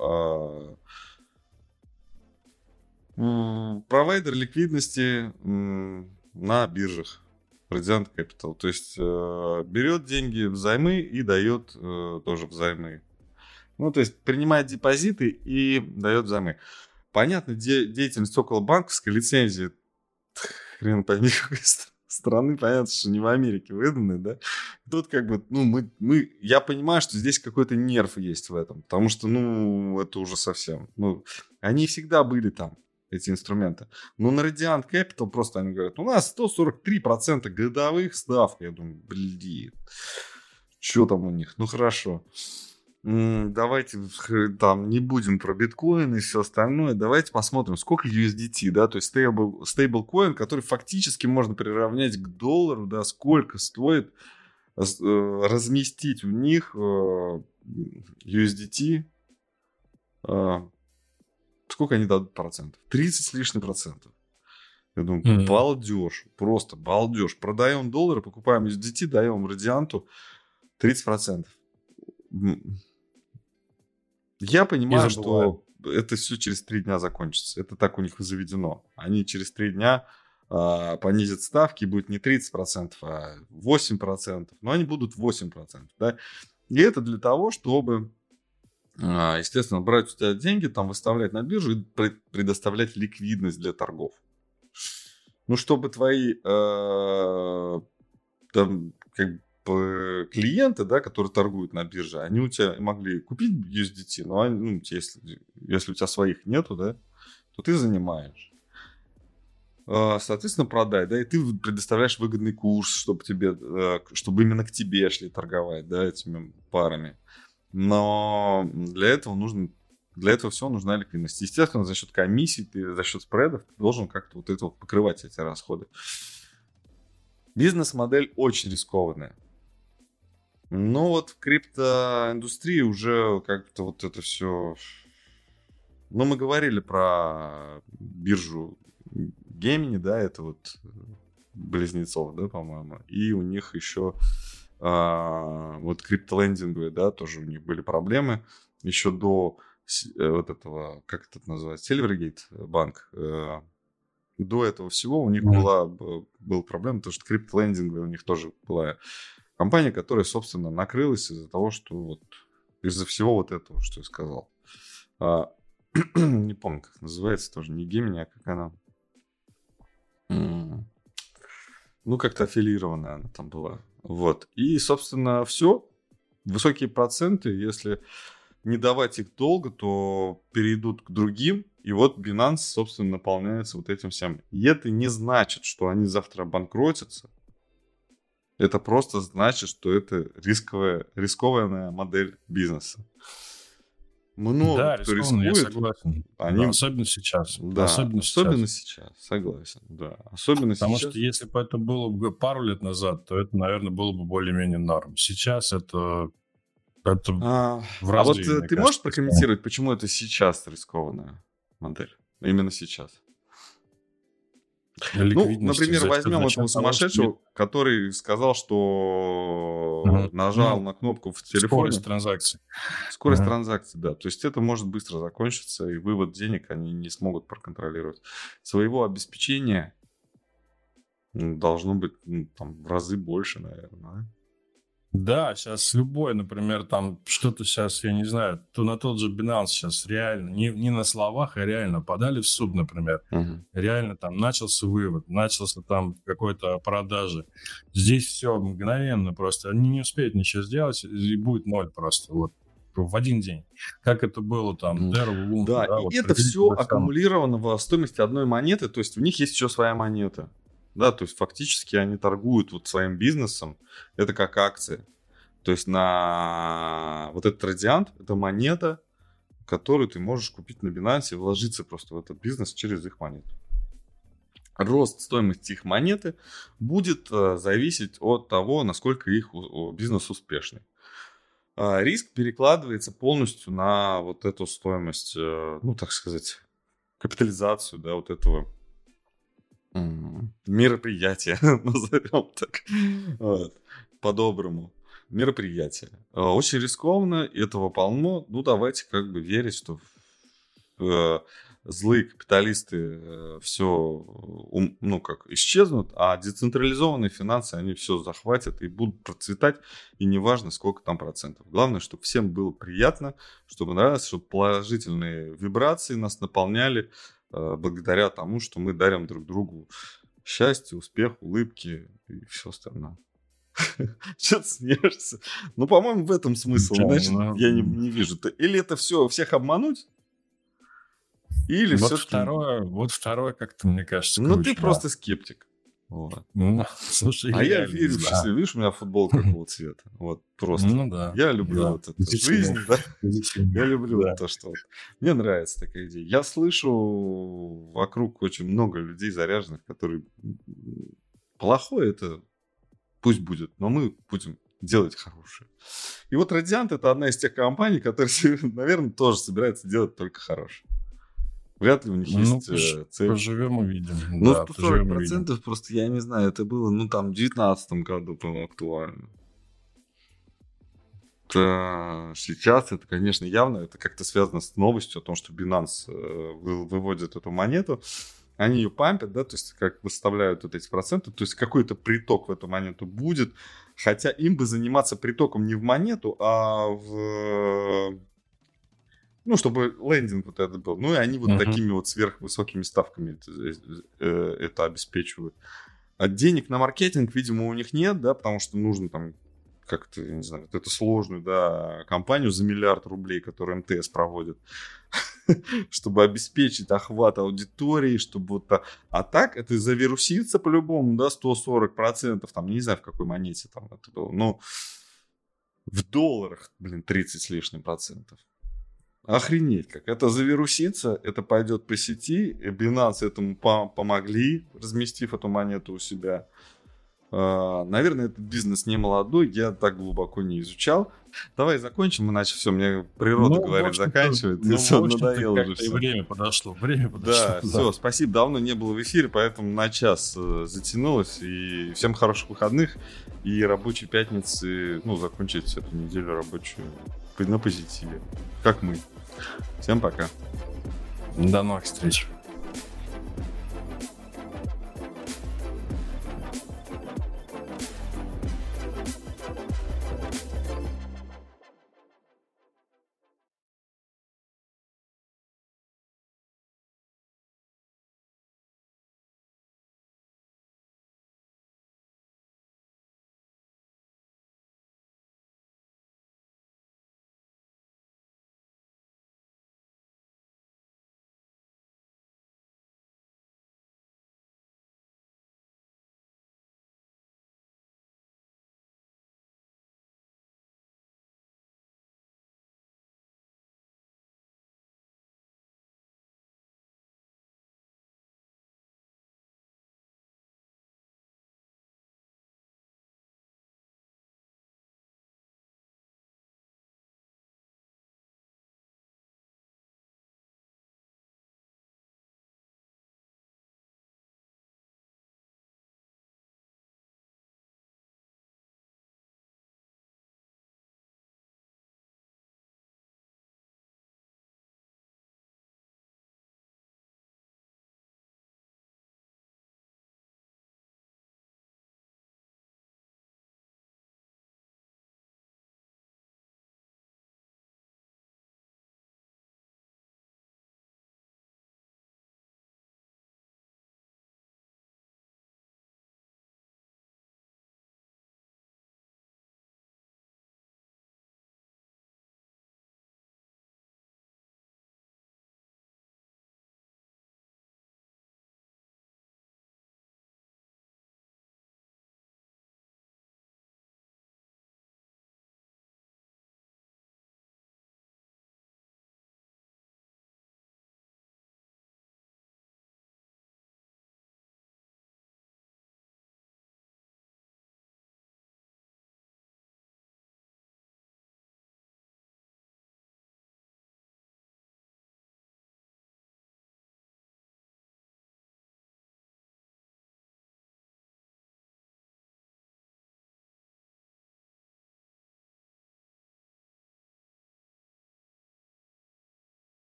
[SPEAKER 1] провайдер ликвидности на биржах. Radiant Capital. То есть берет деньги взаймы и дает тоже взаймы. То есть принимает депозиты и дает взаймы. Понятно, деятельность около банковской лицензии, хрен пойми какой страны, понятно, что не в Америке выданы, да. Тут я понимаю, что здесь какой-то нерв есть в этом, потому что, это уже совсем, они всегда были там, эти инструменты. Но на Radiant Capital просто они говорят, у нас 143% годовых ставок. Я думаю, что там у них? Хорошо. Давайте там не будем про биткоин и все остальное. Давайте посмотрим, сколько USDT, да, то есть стейблкоин, который фактически можно приравнять к доллару, да, сколько стоит разместить у них USDT. Сколько они дадут процентов? 30 с лишним процентов. Я думаю, балдеж. Просто балдеж. Продаем доллары, покупаем USDT, даем Радианту 30%. Я понимаю, что это все через 3 дня закончится. Это так у них заведено. Они через 3 дня понизят ставки, будет не 30%, а 8%. Но они будут 8%. Да? И это для того, чтобы... естественно, брать у тебя деньги, там выставлять на биржу и предоставлять ликвидность для торгов. Чтобы твои клиенты, да, которые торгуют на бирже, они у тебя могли купить USDT, но если у тебя своих нету, да, то ты занимаешь. Соответственно, продай, да, и ты предоставляешь выгодный курс, чтобы именно к тебе шли торговать, да, этими парами. Но для этого всего нужна ликвидность. Естественно, за счет комиссий, за счет спредов ты должен как-то покрывать эти расходы. Бизнес-модель очень рискованная. Но в криптоиндустрии уже как-то это все... мы говорили про биржу Gemini, да, это близнецов, да, по-моему. И у них еще... криптолендинговые, да, тоже у них были проблемы еще до этого, как это называется, Silvergate банк. До этого всего у них была проблема, потому что криптолендинговая у них тоже была компания, которая, собственно, накрылась из-за того, что из-за всего этого, что я сказал. Не помню, как называется, тоже не Gemini, а как она. Как-то аффилированная она там была. И, собственно, все. Высокие проценты, если не давать их долго, то перейдут к другим. И Binance, собственно, наполняется этим всем. И это не значит, что они завтра обанкротятся. Это просто значит, что это рискованная модель бизнеса. Много кто рискует.
[SPEAKER 2] Я согласен. Особенно сейчас.
[SPEAKER 1] Да, особенно сейчас. Согласен. Да.
[SPEAKER 2] Потому что если бы это было бы пару лет назад, то это, наверное, было бы более-менее норм. Сейчас это в разы.
[SPEAKER 1] Ты можешь прокомментировать, почему это сейчас рискованная модель? Именно сейчас. Например, возьмем этого сумасшедшего, который сказал, что нажал на кнопку в телефоне. Скорость транзакций, да. То есть это может быстро закончиться, и вывод денег они не смогут проконтролировать. Своего обеспечения должно быть в разы больше, наверное.
[SPEAKER 2] Да, сейчас любой, например, там что-то сейчас, я не знаю, то на тот же Binance сейчас реально, не на словах, а реально подали в суд, например. Реально там начался вывод, начался там какой-то продажи. Здесь все мгновенно просто. Они не успеют ничего сделать, и будет ноль просто. В один день. Как это было там, Terra,
[SPEAKER 1] да, и это все аккумулировано в стоимости одной монеты, то есть у них есть еще своя монета. Да, то есть фактически они торгуют своим бизнесом, это как акции. То есть на этот Radiant, это монета, которую ты можешь купить на Binance и вложиться просто в этот бизнес через их монету. рост стоимости их монеты будет зависеть от того, насколько их бизнес успешный. Риск перекладывается полностью на вот эту стоимость, ну, так сказать, капитализацию, да, вот этого мероприятия, назовем так, вот, по-доброму. Мероприятие. Очень рискованно, этого полно. Ну, давайте как бы верить, что злые капиталисты все, ну, как исчезнут, а децентрализованные финансы, они все захватят и будут процветать, и неважно, сколько там процентов. Главное, чтобы всем было приятно, чтобы нравилось, чтобы положительные вибрации нас наполняли благодаря тому, что мы дарим друг другу счастье, успех, улыбки и все остальное. Что ты смеешься? Ну, по-моему, в этом смысл. Значит, я не вижу. Или это все всех обмануть, или
[SPEAKER 2] вот
[SPEAKER 1] все-таки...
[SPEAKER 2] Вот второе как-то, мне кажется,
[SPEAKER 1] Ну,
[SPEAKER 2] круче,
[SPEAKER 1] ты просто скептик. Вот.
[SPEAKER 2] Ну, слушай,
[SPEAKER 1] А я верю в счастье. Видишь, у меня футболка какого цвета. Вот, просто.
[SPEAKER 2] Ну, да.
[SPEAKER 1] Я люблю вот эту жизнь, да. Я люблю то, что... Мне нравится такая идея. Я слышу вокруг очень много людей заряженных, которые... Плохое это пусть будет, но мы будем делать хорошее. И вот Radiant — это одна из тех компаний, которые, наверное, тоже собирается делать только хорошее. Вряд ли у них есть цель.
[SPEAKER 2] Поживем увидим.
[SPEAKER 1] Ну, да, 140% просто, я не знаю, это было, ну, там, в 2019 году было актуально. Сейчас это, конечно, явно, это как-то связано с новостью о том, что Binance выводит эту монету. Они ее пампят, да, то есть как выставляют вот эти проценты, то есть какой-то приток в эту монету будет, хотя им бы заниматься притоком не в монету, а в... Ну, чтобы лендинг вот этот был. Ну, и они вот такими вот сверхвысокими ставками это обеспечивают. А денег на маркетинг, видимо, у них нет, да, потому что нужно там как-то, я не знаю, вот эту сложную, да, компанию за $1 миллиард рублей, которую МТС проводит, чтобы обеспечить охват аудитории, чтобы вот... А так это завирусится по-любому, да, 140%, там, не знаю, в какой монете там это было, но в долларах, 30 с лишним процентов. Охренеть как. Это завирусится, это пойдет по сети, Binance этому помогли, разместив эту монету у себя. Наверное, этот бизнес не молодой, я так глубоко не изучал. Давай закончим, иначе все, мне природа говорит заканчивать. И все, надоело уже все.
[SPEAKER 2] Время подошло.
[SPEAKER 1] Да, все, спасибо, давно не было в эфире, поэтому на час затянулось. И всем хороших выходных и рабочей пятницы, ну, закончить эту неделю рабочую на позитиве, как мы. Всем пока.
[SPEAKER 2] До новых встреч.